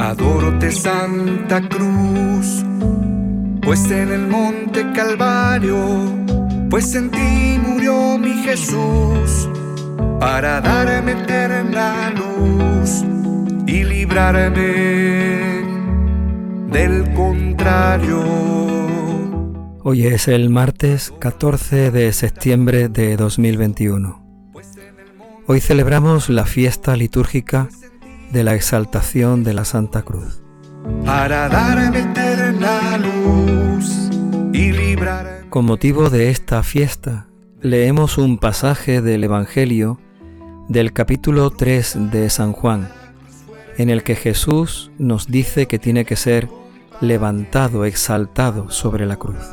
Adórote, Santa Cruz, pues en el monte Calvario, pues en ti murió mi Jesús, para darme eterna luz y librarme del contrario. Hoy es el martes 14 de septiembre de 2021. Hoy celebramos la fiesta litúrgica de la exaltación de la Santa Cruz. Para darme eterna luz y librar. Con motivo de esta fiesta, leemos un pasaje del Evangelio del capítulo 3 de San Juan, en el que Jesús nos dice que tiene que ser levantado, exaltado sobre la cruz.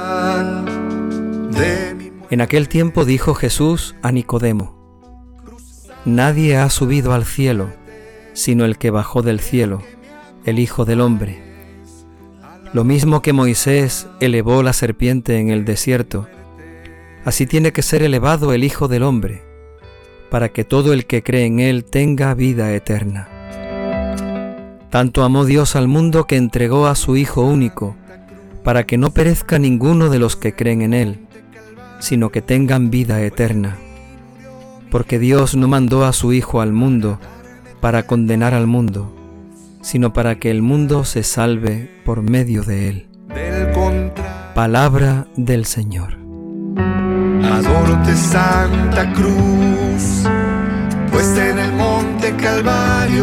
En aquel tiempo dijo Jesús a Nicodemo: Nadie ha subido al cielo, sino el que bajó del cielo, el Hijo del Hombre. Lo mismo que Moisés elevó la serpiente en el desierto, así tiene que ser elevado el Hijo del Hombre, para que todo el que cree en él tenga vida eterna. Tanto amó Dios al mundo que entregó a su Hijo único, para que no perezca ninguno de los que creen en él, sino que tengan vida eterna. Porque Dios no mandó a su Hijo al mundo para condenar al mundo, sino para que el mundo se salve por medio de él. Palabra del Señor. Adórote, Santa Cruz, pues en el monte Calvario.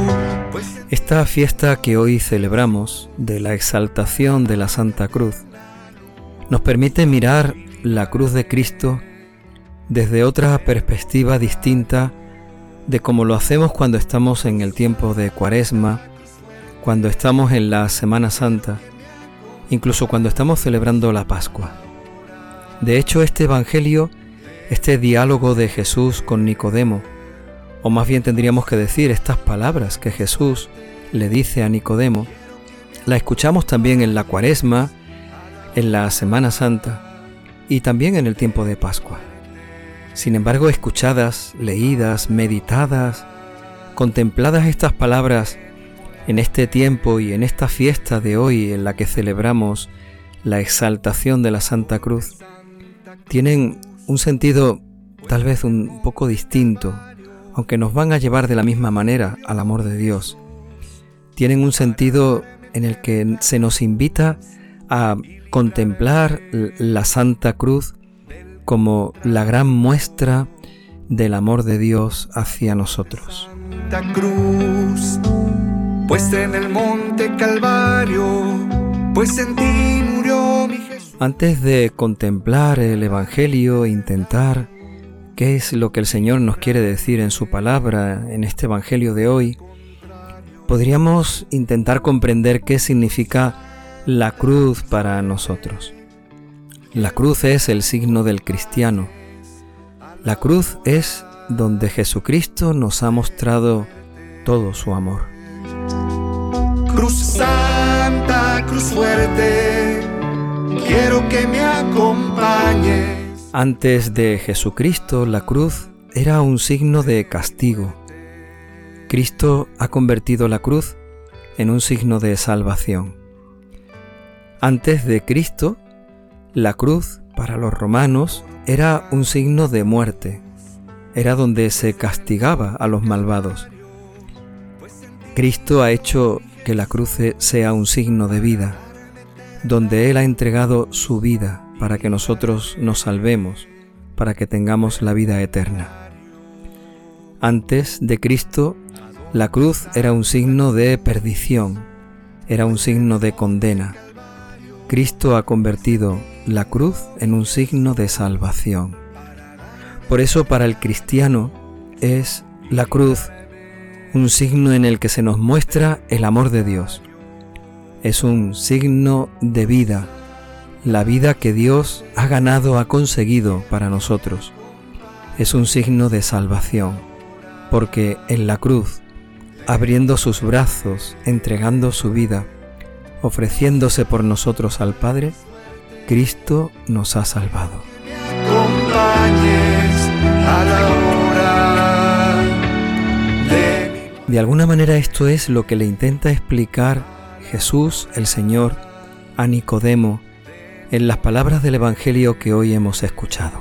Esta fiesta que hoy celebramos de la exaltación de la Santa Cruz nos permite mirar la cruz de Cristo desde otra perspectiva distinta de como lo hacemos cuando estamos en el tiempo de Cuaresma, cuando estamos en la Semana Santa, incluso cuando estamos celebrando la Pascua. De hecho, este Evangelio, este diálogo de Jesús con Nicodemo, o más bien tendríamos que decir estas palabras que Jesús le dice a Nicodemo, la escuchamos también en la Cuaresma, en la Semana Santa y también en el tiempo de Pascua. Sin embargo, escuchadas, leídas, meditadas, contempladas estas palabras en este tiempo y en esta fiesta de hoy en la que celebramos la exaltación de la Santa Cruz, tienen un sentido tal vez un poco distinto, aunque nos van a llevar de la misma manera al amor de Dios. Tienen un sentido en el que se nos invita a contemplar la Santa Cruz como la gran muestra del amor de Dios hacia nosotros. Santa Cruz, pues en el monte Calvario, pues en ti murió mi Jesús. Antes de contemplar el Evangelio e intentar qué es lo que el Señor nos quiere decir en su palabra en este Evangelio de hoy, podríamos intentar comprender qué significa la cruz para nosotros. La cruz es el signo del cristiano. La cruz es donde Jesucristo nos ha mostrado todo su amor. Cruz Santa, cruz fuerte, quiero que me acompañes. Antes de Jesucristo, la cruz era un signo de castigo. Cristo ha convertido la cruz en un signo de salvación. Antes de Cristo, la cruz para los romanos era un signo de muerte, era donde se castigaba a los malvados. Cristo ha hecho que la cruz sea un signo de vida, donde Él ha entregado su vida para que nosotros nos salvemos, para que tengamos la vida eterna. Antes de Cristo, la cruz era un signo de perdición, era un signo de condena. Cristo ha convertido la cruz en un signo de salvación. Por eso para el cristiano es la cruz un signo en el que se nos muestra el amor de Dios. Es un signo de vida, la vida que Dios ha ganado, ha conseguido para nosotros. Es un signo de salvación, porque en la cruz, abriendo sus brazos, entregando su vida, ofreciéndose por nosotros al Padre, Cristo nos ha salvado. Acompañes a la hora de De alguna manera esto es lo que le intenta explicar Jesús, el Señor, a Nicodemo en las palabras del Evangelio que hoy hemos escuchado.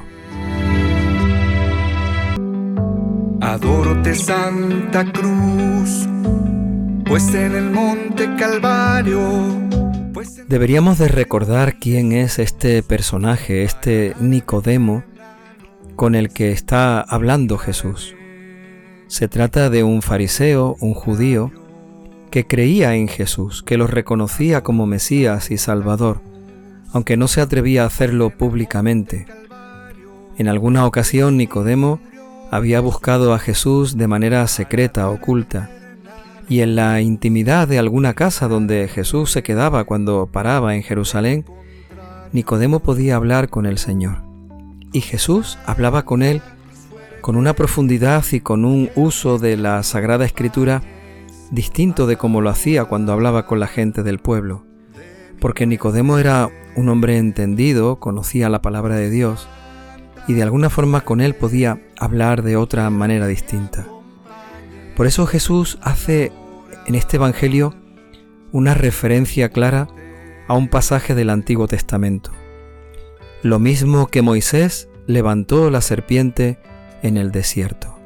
Adórote, Santa Cruz, pues en el monte Calvario. Deberíamos de recordar quién es este personaje, este Nicodemo, con el que está hablando Jesús. Se trata de un fariseo, un judío, que creía en Jesús, que lo reconocía como Mesías y Salvador, aunque no se atrevía a hacerlo públicamente. En alguna ocasión Nicodemo había buscado a Jesús de manera secreta, oculta, y en la intimidad de alguna casa donde Jesús se quedaba cuando paraba en Jerusalén, Nicodemo podía hablar con el Señor. Y Jesús hablaba con él con una profundidad y con un uso de la Sagrada Escritura distinto de como lo hacía cuando hablaba con la gente del pueblo, porque Nicodemo era un hombre entendido, conocía la palabra de Dios, y de alguna forma con él podía hablar de otra manera distinta. Por eso Jesús hace en este Evangelio una referencia clara a un pasaje del Antiguo Testamento. Lo mismo que Moisés levantó la serpiente en el desierto.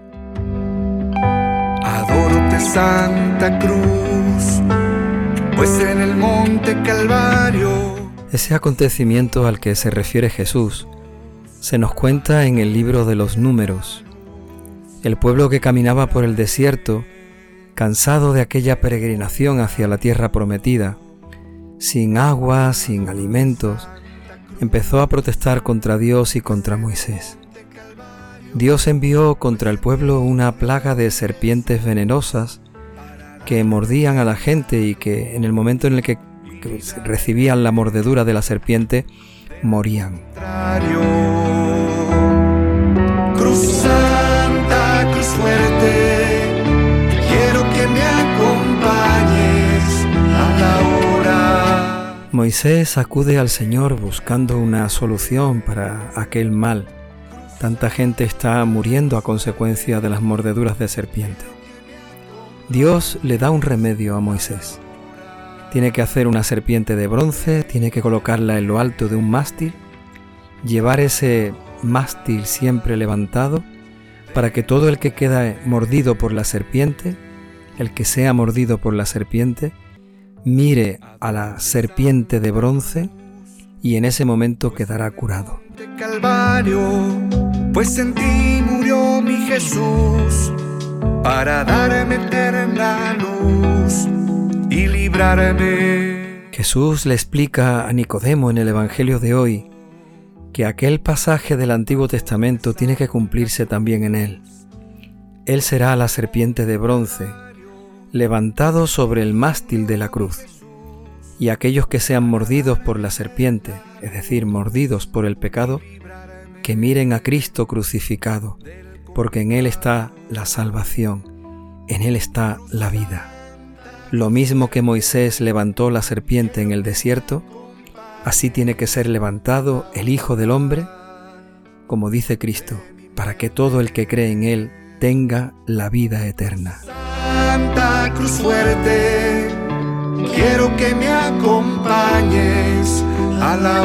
Adórote, Santa Cruz, pues en el monte Calvario. Ese acontecimiento al que se refiere Jesús se nos cuenta en el libro de los Números. El pueblo que caminaba por el desierto, cansado de aquella peregrinación hacia la tierra prometida, sin agua, sin alimentos, empezó a protestar contra Dios y contra Moisés. Dios envió contra el pueblo una plaga de serpientes venenosas que mordían a la gente y que en el momento en el que recibían la mordedura de la serpiente, morían. Cruz Santa, Cruz fuerte, quiero que me acompañes a la hora. Moisés acude al Señor buscando una solución para aquel mal. Tanta gente está muriendo a consecuencia de las mordeduras de serpiente. Dios le da un remedio a Moisés. Tiene que hacer una serpiente de bronce, tiene que colocarla en lo alto de un mástil, llevar ese mástil siempre levantado para que todo el que queda mordido por la serpiente, el que sea mordido por la serpiente, mire a la serpiente de bronce y en ese momento quedará curado. Calvario, pues en ti murió mi Jesús para darme eterna luz y librarme. Jesús le explica a Nicodemo en el Evangelio de hoy que aquel pasaje del Antiguo Testamento tiene que cumplirse también en él. Él será la serpiente de bronce, levantado sobre el mástil de la cruz, y aquellos que sean mordidos por la serpiente, es decir, mordidos por el pecado, que miren a Cristo crucificado, porque en Él está la salvación, en Él está la vida. Lo mismo que Moisés levantó la serpiente en el desierto, así tiene que ser levantado el Hijo del Hombre, como dice Cristo, para que todo el que cree en Él tenga la vida eterna. Santa Cruz fuerte, quiero que me acompañes a la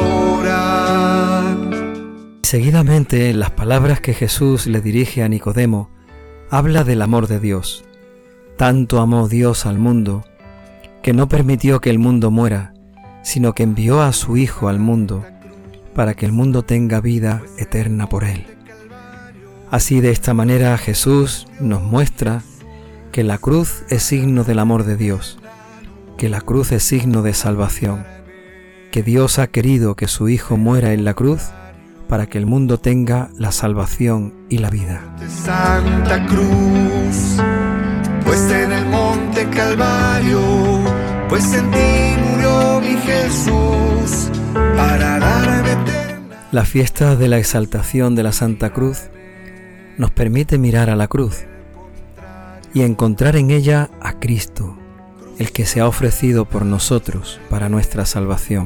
hora. Seguidamente, en las palabras que Jesús le dirige a Nicodemo, habla del amor de Dios. Tanto amó Dios al mundo, que no permitió que el mundo muera, sino que envió a su Hijo al mundo, para que el mundo tenga vida eterna por Él. Así, de esta manera, Jesús nos muestra que la cruz es signo del amor de Dios, que la cruz es signo de salvación, que Dios ha querido que su Hijo muera en la cruz para que el mundo tenga la salvación y la vida. Santa Cruz, pues en el monte Calvario, pues en ti murió mi Jesús para darme eterna. La fiesta de la exaltación de la Santa Cruz nos permite mirar a la cruz y encontrar en ella a Cristo, el que se ha ofrecido por nosotros para nuestra salvación.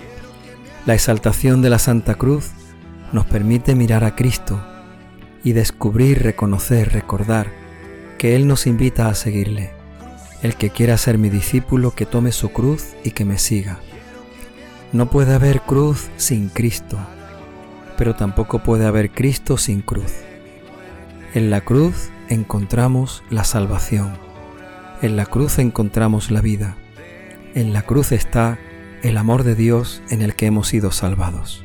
La exaltación de la Santa Cruz nos permite mirar a Cristo y descubrir, reconocer, recordar porque Él nos invita a seguirle. El que quiera ser mi discípulo, que tome su cruz y que me siga. No puede haber cruz sin Cristo, pero tampoco puede haber Cristo sin cruz. En la cruz encontramos la salvación. En la cruz encontramos la vida. En la cruz está el amor de Dios en el que hemos sido salvados.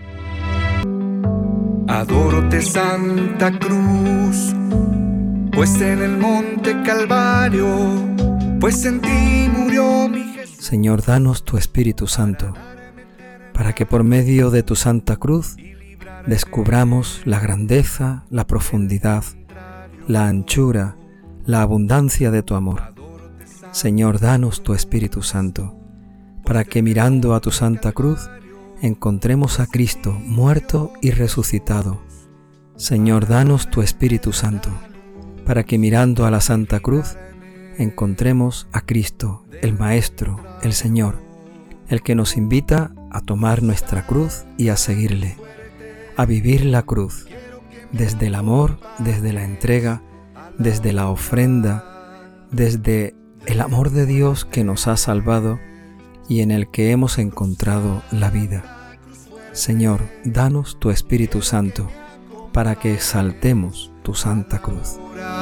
Adórote, Santa Cruz, pues en el monte Calvario, pues en ti murió mi Jesús. Señor, danos tu Espíritu Santo, para que por medio de tu Santa Cruz descubramos la grandeza, la profundidad, la anchura, la abundancia de tu amor. Señor, danos tu Espíritu Santo, para que mirando a tu Santa Cruz encontremos a Cristo muerto y resucitado. Señor, danos tu Espíritu Santo, para que mirando a la Santa Cruz encontremos a Cristo, el Maestro, el Señor, el que nos invita a tomar nuestra cruz y a seguirle, a vivir la cruz, desde el amor, desde la entrega, desde la ofrenda, desde el amor de Dios que nos ha salvado y en el que hemos encontrado la vida. Señor, danos tu Espíritu Santo para que exaltemos tu Santa Cruz.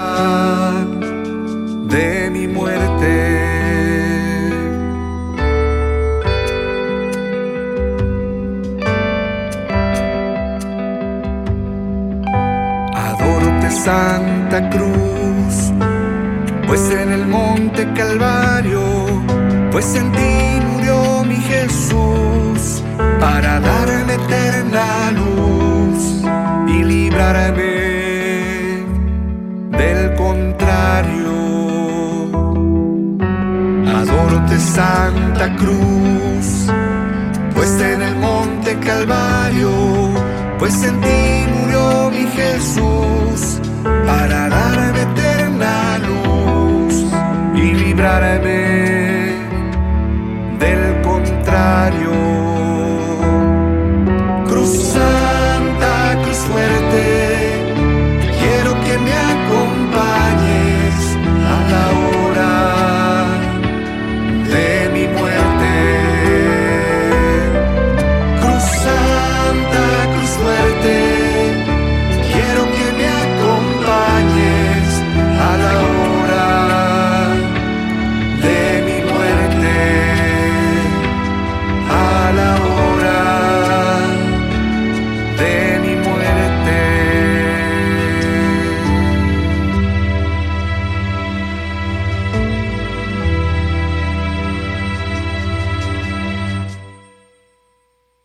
De mi muerte, adórote, Santa Cruz, pues en el monte Calvario, pues en ti murió mi Jesús, para darme eterna luz y librarme del contrario. Adórote, Santa Cruz, pues en el monte Calvario, pues en ti murió mi Jesús, para darme eterna luz